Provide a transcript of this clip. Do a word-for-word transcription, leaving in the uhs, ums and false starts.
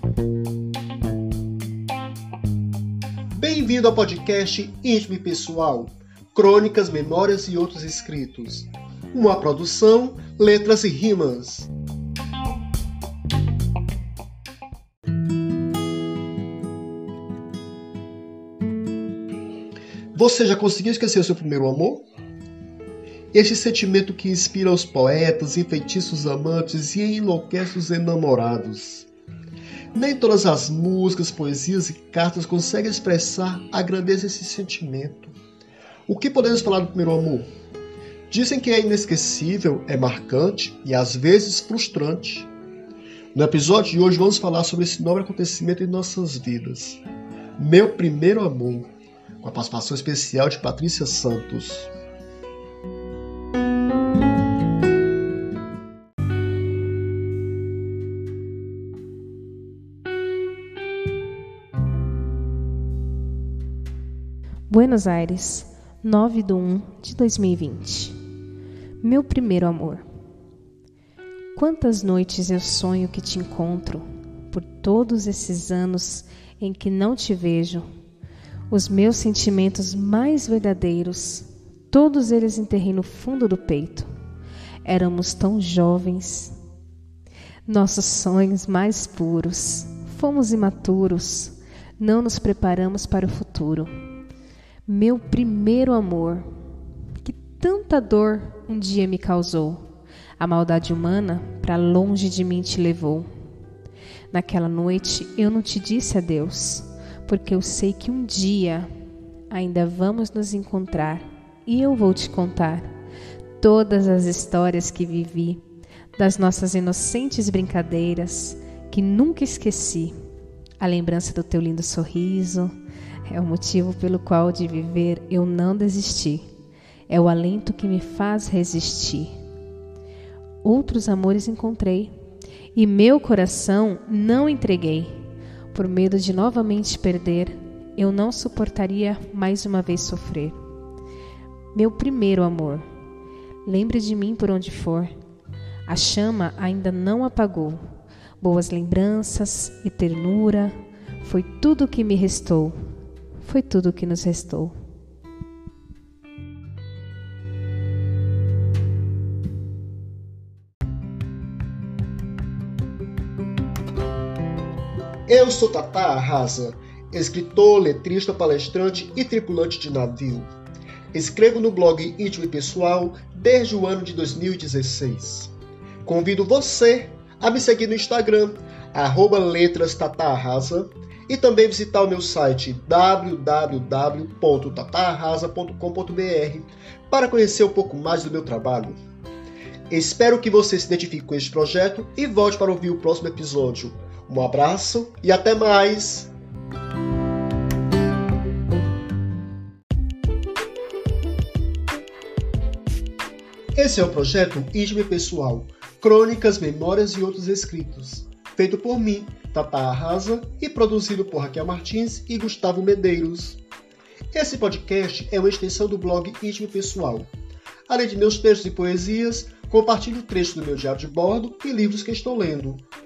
Bem-vindo ao podcast Íntimo e Pessoal, Crônicas, Memórias e Outros Escritos. Uma produção, Letras e Rimas. Você já conseguiu esquecer o seu primeiro amor? Este sentimento que inspira os poetas, enfeitiça os amantes e enlouquece os enamorados. Nem todas as músicas, poesias e cartas conseguem expressar a grandeza desse sentimento. O que podemos falar do primeiro amor? Dizem que é inesquecível, é marcante e às vezes frustrante. No episódio de hoje vamos falar sobre esse nobre acontecimento em nossas vidas. Meu primeiro amor, com a participação especial de Patrícia Santos. Buenos Aires, nove de um de dois mil e vinte. Meu primeiro amor. Quantas noites eu sonho que te encontro, por todos esses anos em que não te vejo. Os meus sentimentos mais verdadeiros, todos eles enterrei no fundo do peito. Éramos tão jovens. Nossos sonhos mais puros. Fomos imaturos. Não nos preparamos para o futuro. Meu primeiro amor, que tanta dor um dia me causou, a maldade humana para longe de mim te levou. Naquela noite eu não te disse adeus, porque eu sei que um dia ainda vamos nos encontrar e eu vou te contar todas as histórias que vivi, das nossas inocentes brincadeiras que nunca esqueci, a lembrança do teu lindo sorriso. É o motivo pelo qual de viver eu não desisti. É o alento que me faz resistir. Outros amores encontrei e meu coração não entreguei. Por medo de novamente perder, eu não suportaria mais uma vez sofrer. Meu primeiro amor, lembre de mim por onde for. A chama ainda não apagou. Boas lembranças e ternura foi tudo o que me restou. Foi tudo o que nos restou. Eu sou Tata Arrasa, escritor, letrista, palestrante e tripulante de navio. Escrevo no blog Íntimo e Pessoal desde o ano de dois mil e dezesseis. Convido você a me seguir no Instagram, arroba letras Tata Arrasa, e também visitar o meu site w w w ponto tata arrasa ponto com ponto b r para conhecer um pouco mais do meu trabalho. Espero que você se identifique com este projeto e volte para ouvir o próximo episódio. Um abraço e até mais! Esse é o projeto Íntimo e Pessoal, Crônicas, Memórias e Outros Escritos, feito por mim, Tata Arrasa, e produzido por Raquel Martins e Gustavo Medeiros. Esse podcast é uma extensão do blog Íntimo e Pessoal. Além de meus textos e poesias, compartilho trechos do meu diário de bordo e livros que estou lendo.